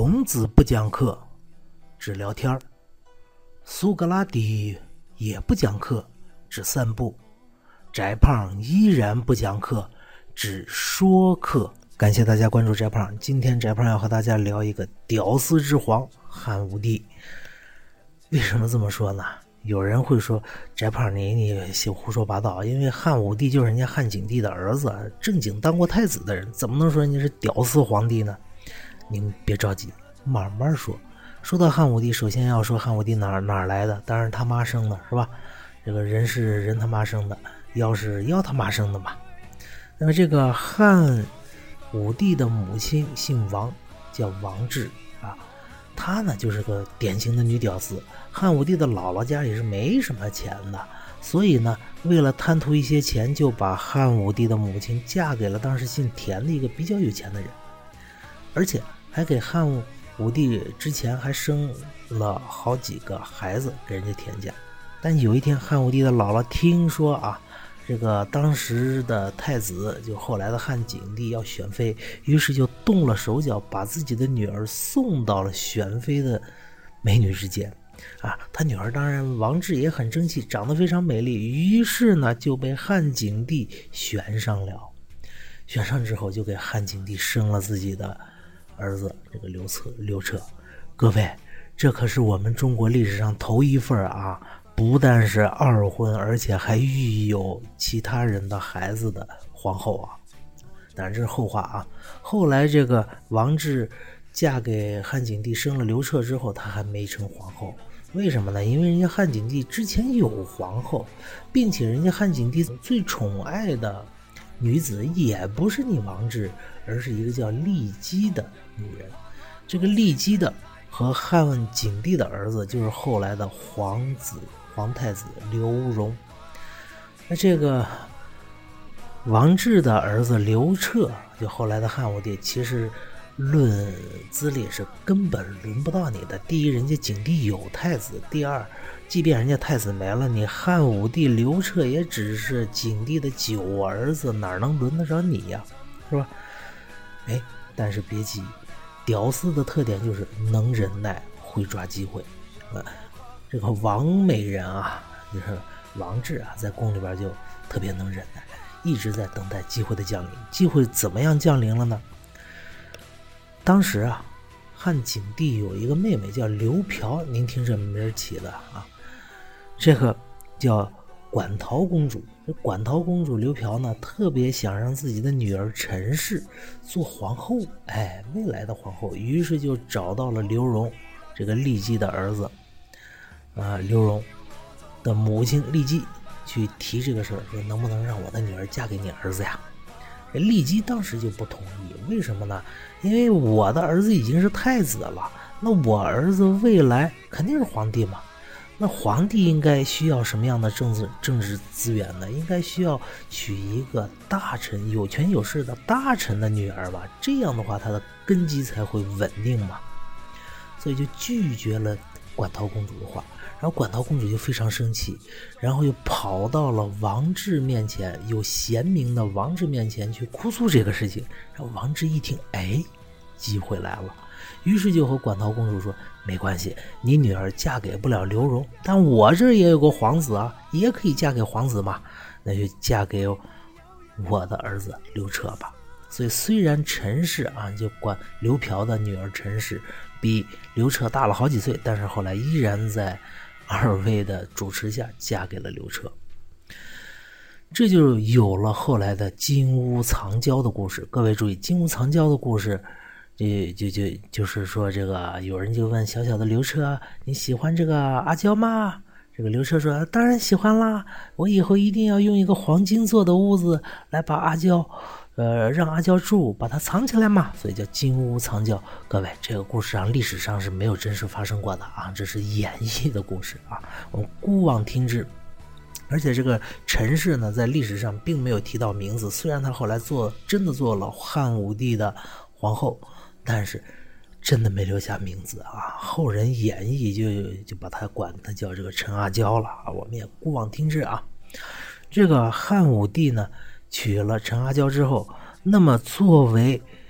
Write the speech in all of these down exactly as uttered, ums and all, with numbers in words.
孔子不讲课，只聊天儿；苏格拉底也不讲课，只散步；翟胖依然不讲课，只说课。感谢大家关注翟胖，今天翟胖要和大家聊一个屌丝之皇汉武帝。为什么这么说呢？有人会说翟胖你你写胡说八道，因为汉武帝就是人家汉景帝的儿子，正经当过太子的人，怎么能说人家是屌丝皇帝呢？您别着急，慢慢说。说到汉武帝，首先要说汉武帝哪儿哪儿来的，当然他妈生的是吧？这个人是人他妈生的，妖是妖他妈生的嘛。那么这个汉武帝的母亲姓王，叫王氏啊，她呢就是个典型的女屌丝。汉武帝的姥姥家里是没什么钱的，所以呢，为了贪图一些钱，就把汉武帝的母亲嫁给了当时姓田的一个比较有钱的人，而且还给汉武帝之前还生了好几个孩子给人家田家。但有一天，汉武帝的姥姥听说啊，这个当时的太子就后来的汉景帝要选妃，于是就动了手脚，把自己的女儿送到了选妃的美女之间啊。他女儿当然王氏也很争气，长得非常美丽，于是呢就被汉景帝选上了。选上之后就给汉景帝生了自己的儿子这个刘彻。刘彻，各位，这可是我们中国历史上头一份啊，不但是二婚，而且还育有其他人的孩子的皇后啊。当然这是后话啊。后来这个王氏嫁给汉景帝生了刘彻之后，她还没成皇后。为什么呢？因为人家汉景帝之前有皇后，并且人家汉景帝最宠爱的女子也不是你王氏，而是一个叫骊姬的女人。这个骊姬的和汉景帝的儿子就是后来的皇子皇太子刘荣。那这个王氏的儿子刘彻，就后来的汉武帝，其实论资历是根本轮不到你的。第一，人家景帝有太子；第二，即便人家太子没了，你汉武帝刘彻也只是景帝的九儿子，哪能轮得着你呀？是吧？哎，但是别急，屌丝的特点就是能忍耐，会抓机会。呃，这个王美人啊，就是王氏啊，在宫里边就特别能忍耐，一直在等待机会的降临。机会怎么样降临了呢？当时啊，汉景帝有一个妹妹叫刘嫖，您听这名起的啊，这个叫馆陶公主。这馆陶公主刘嫖呢，特别想让自己的女儿陈氏做皇后，哎，未来的皇后，于是就找到了刘荣，这个骊姬的儿子，啊，刘荣的母亲骊姬去提这个事儿，说能不能让我的女儿嫁给你儿子呀？骊姬当时就不同意，为什么呢？因为我的儿子已经是太子了，那我儿子未来肯定是皇帝嘛。那皇帝应该需要什么样的政治政治资源呢？应该需要娶一个大臣，有权有势的大臣的女儿吧，这样的话他的根基才会稳定嘛。所以就拒绝了馆陶公主的话。然后馆陶公主就非常生气，然后又跑到了王氏面前，有贤明的王氏面前去哭诉这个事情。然后王氏一听，哎，机会来了，于是就和馆陶公主说，没关系，你女儿嫁给不了刘荣，但我这也有个皇子啊，也可以嫁给皇子嘛，那就嫁给我的儿子刘彻吧。所以虽然陈氏啊，就管刘嫖的女儿陈氏比刘彻大了好几岁，但是后来依然在二位的主持下嫁给了刘彻。这就有了后来的金屋藏娇的故事。各位注意，金屋藏娇的故事就就就就是说，这个有人就问小小的刘彻，你喜欢这个阿娇吗？这个刘彻说，当然喜欢啦，我以后一定要用一个黄金做的屋子来把阿娇呃，让阿娇住，把它藏起来嘛，所以叫金屋藏娇。各位，这个故事上历史上是没有真实发生过的啊，这是演绎的故事啊，我们姑妄听之。而且这个陈氏呢，在历史上并没有提到名字，虽然他后来做真的做了汉武帝的皇后，但是真的没留下名字啊。后人演绎就就把他管他叫这个陈阿娇了啊，我们也姑妄听之啊。这个汉武帝呢，娶了陈阿娇之后，那么作为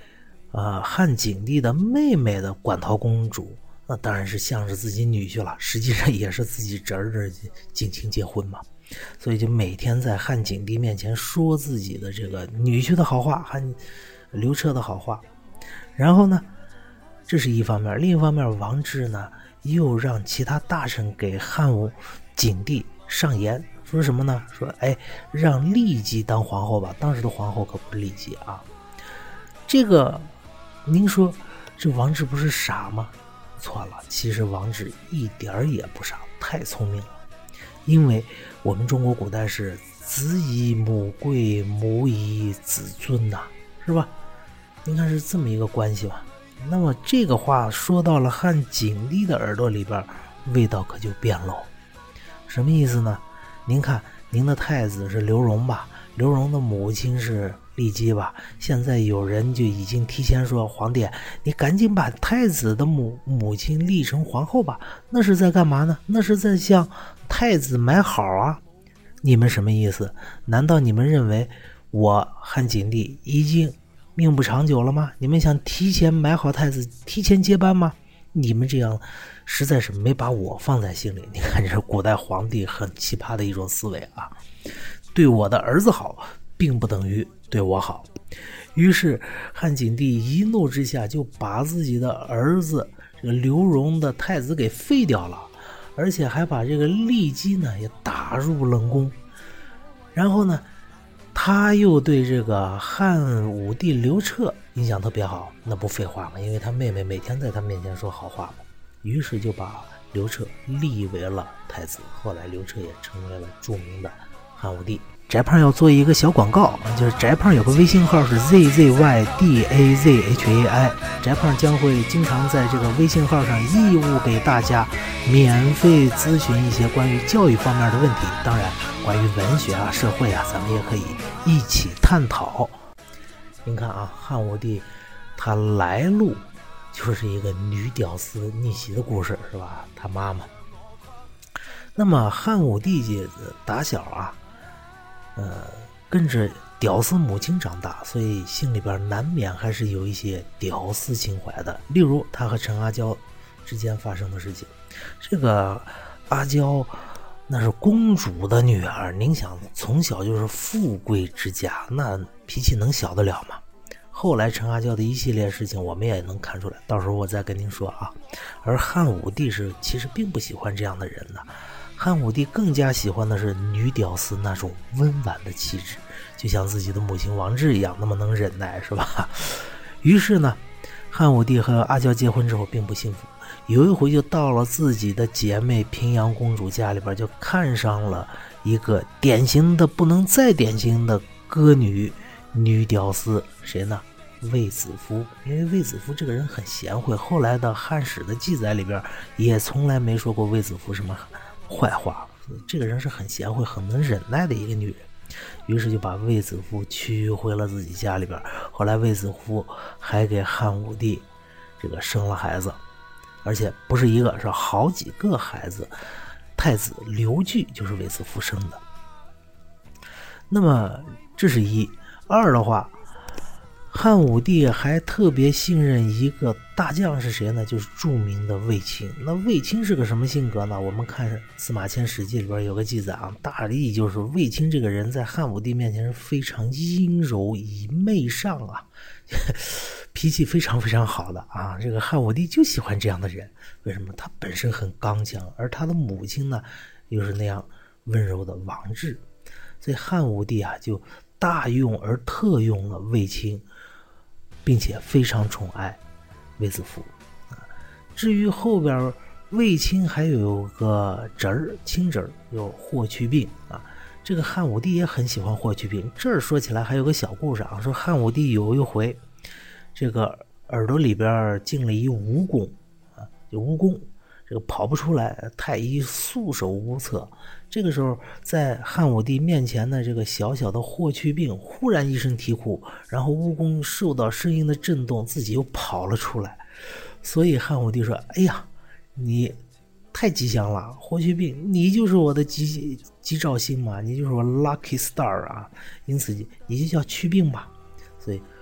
呃汉景帝的妹妹的馆陶公主，那当然是向着自己女婿了，实际上也是自己侄儿的近亲结婚嘛，所以就每天在汉景帝面前说自己的这个女婿的好话，汉刘彻的好话。然后呢，这是一方面，另一方面王志呢又让其他大臣给汉武景帝上言，说什么呢？说哎，让骊姬当皇后吧。当时的皇后可不是骊姬啊。这个您说这王志不是傻吗？错了，其实王志一点也不傻，太聪明了。因为我们中国古代是子以母贵，母以子尊呐、啊，是吧？您看是这么一个关系吧。那么这个话说到了汉景帝的耳朵里边，味道可就变喽。什么意思呢？您看您的太子是刘荣吧，刘荣的母亲是骊姬吧，现在有人就已经提前说，皇帝你赶紧把太子的母母亲立成皇后吧，那是在干嘛呢？那是在向太子买好啊。你们什么意思？难道你们认为我汉景帝已经命不长久了吗？你们想提前买好太子，提前接班吗？你们这样实在是没把我放在心里。你看这是古代皇帝很奇葩的一种思维啊，对我的儿子好并不等于对我好。于是汉景帝一怒之下就把自己的儿子这个刘荣的太子给废掉了，而且还把这个骊姬呢也打入冷宫。然后呢他又对这个汉武帝刘彻印象特别好，那不废话吗？因为他妹妹每天在他面前说好话嘛，于是就把刘彻立为了太子。后来刘彻也成为了著名的汉武帝。翟胖要做一个小广告，就是翟胖有个微信号是 Z Z Y D A Z H A I， 翟胖将会经常在这个微信号上义务给大家免费咨询一些关于教育方面的问题，当然关于文学啊社会啊咱们也可以一起探讨。您看啊，汉武帝他来路就是一个女屌丝逆袭的故事，是吧？他妈妈。那么汉武帝这打小啊呃，跟着屌丝母亲长大，所以心里边难免还是有一些屌丝情怀的。例如他和陈阿娇之间发生的事情，这个阿娇那是公主的女儿，您想从小就是富贵之家，那脾气能小得了吗？后来陈阿娇的一系列事情我们也能看出来，到时候我再跟您说啊。而汉武帝是其实并不喜欢这样的人的，汉武帝更加喜欢的是女屌丝那种温婉的气质，就像自己的母亲王志一样那么能忍耐，是吧？于是呢汉武帝和阿娇结婚之后并不幸福，有一回就到了自己的姐妹平阳公主家里边，就看上了一个典型的不能再典型的歌女女屌丝，谁呢？卫子夫。因为卫子夫这个人很贤惠，后来的汉史的记载里边也从来没说过卫子夫什么坏话，这个人是很贤惠很能忍耐的一个女人。于是就把卫子夫娶回了自己家里边。后来卫子夫还给汉武帝这个生了孩子，而且不是一个，是好几个孩子。太子刘据就是卫子夫生的。那么这是一。二的话，汉武帝还特别信任一个大将，是谁呢？就是著名的卫青。那卫青是个什么性格呢？我们看司马迁史记里边有个记载啊，大意就是卫青这个人在汉武帝面前是非常阴柔以媚上啊，脾气非常非常好的啊。这个汉武帝就喜欢这样的人，为什么？他本身很刚强，而他的母亲呢又是那样温柔的王志，所以汉武帝啊就大用而特用了卫青，并且非常宠爱卫子夫。至于后边卫青还有个侄儿亲侄儿有霍去病啊，这个汉武帝也很喜欢霍去病。这儿说起来还有个小故事啊，说汉武帝有一回这个耳朵里边进了一蜈蚣啊，就蜈蚣这个跑不出来，太医束手无策。这个时候在汉武帝面前的这个小小的霍去病忽然一声啼哭，然后蜈蚣受到声音的震动自己又跑了出来。所以汉武帝说，哎呀，你太吉祥了，霍去病你就是我的吉吉兆星嘛，你就是我 lucky star 啊，因此你就叫去病吧。所以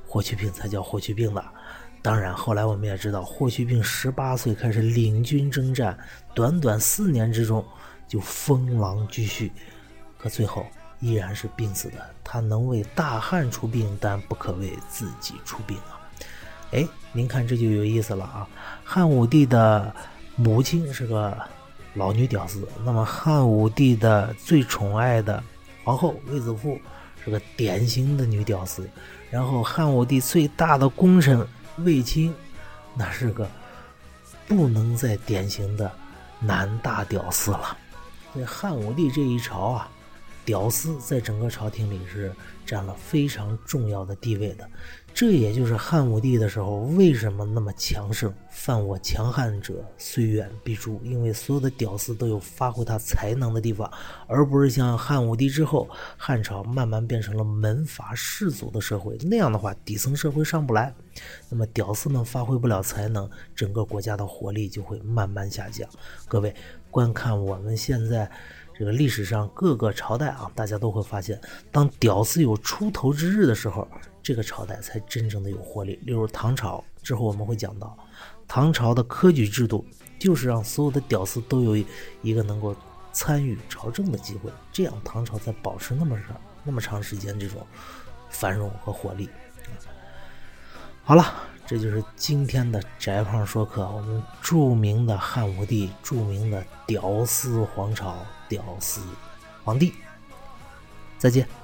霍去病才叫霍去病的。当然后来我们也知道，霍去病十八岁开始领军征战，短短四年之中就锋芒俱续，可最后依然是病死的。他能为大汉出兵，但不可为自己出兵啊。哎，您看这就有意思了啊！汉武帝的母亲是个老女屌丝，那么汉武帝的最宠爱的皇后卫子夫是个典型的女屌丝，然后汉武帝最大的功臣卫青那是个不能再典型的男大屌丝了。所以汉武帝这一朝啊，屌丝在整个朝廷里是占了非常重要的地位的。这也就是汉武帝的时候为什么那么强盛，犯我强汉者虽远必诛，因为所有的屌丝都有发挥他才能的地方，而不是像汉武帝之后汉朝慢慢变成了门阀士族的社会，那样的话底层社会上不来，那么屌丝们发挥不了才能，整个国家的活力就会慢慢下降。各位观看我们现在这个历史上各个朝代啊，大家都会发现，当屌丝有出头之日的时候，这个朝代才真正的有活力。例如唐朝，之后我们会讲到，唐朝的科举制度就是让所有的屌丝都有一个能够参与朝政的机会，这样唐朝才保持那么长那么长时间这种繁荣和活力。好了，这就是今天的翟胖说课，我们著名的汉武帝，著名的屌丝皇朝，屌丝皇帝。再见。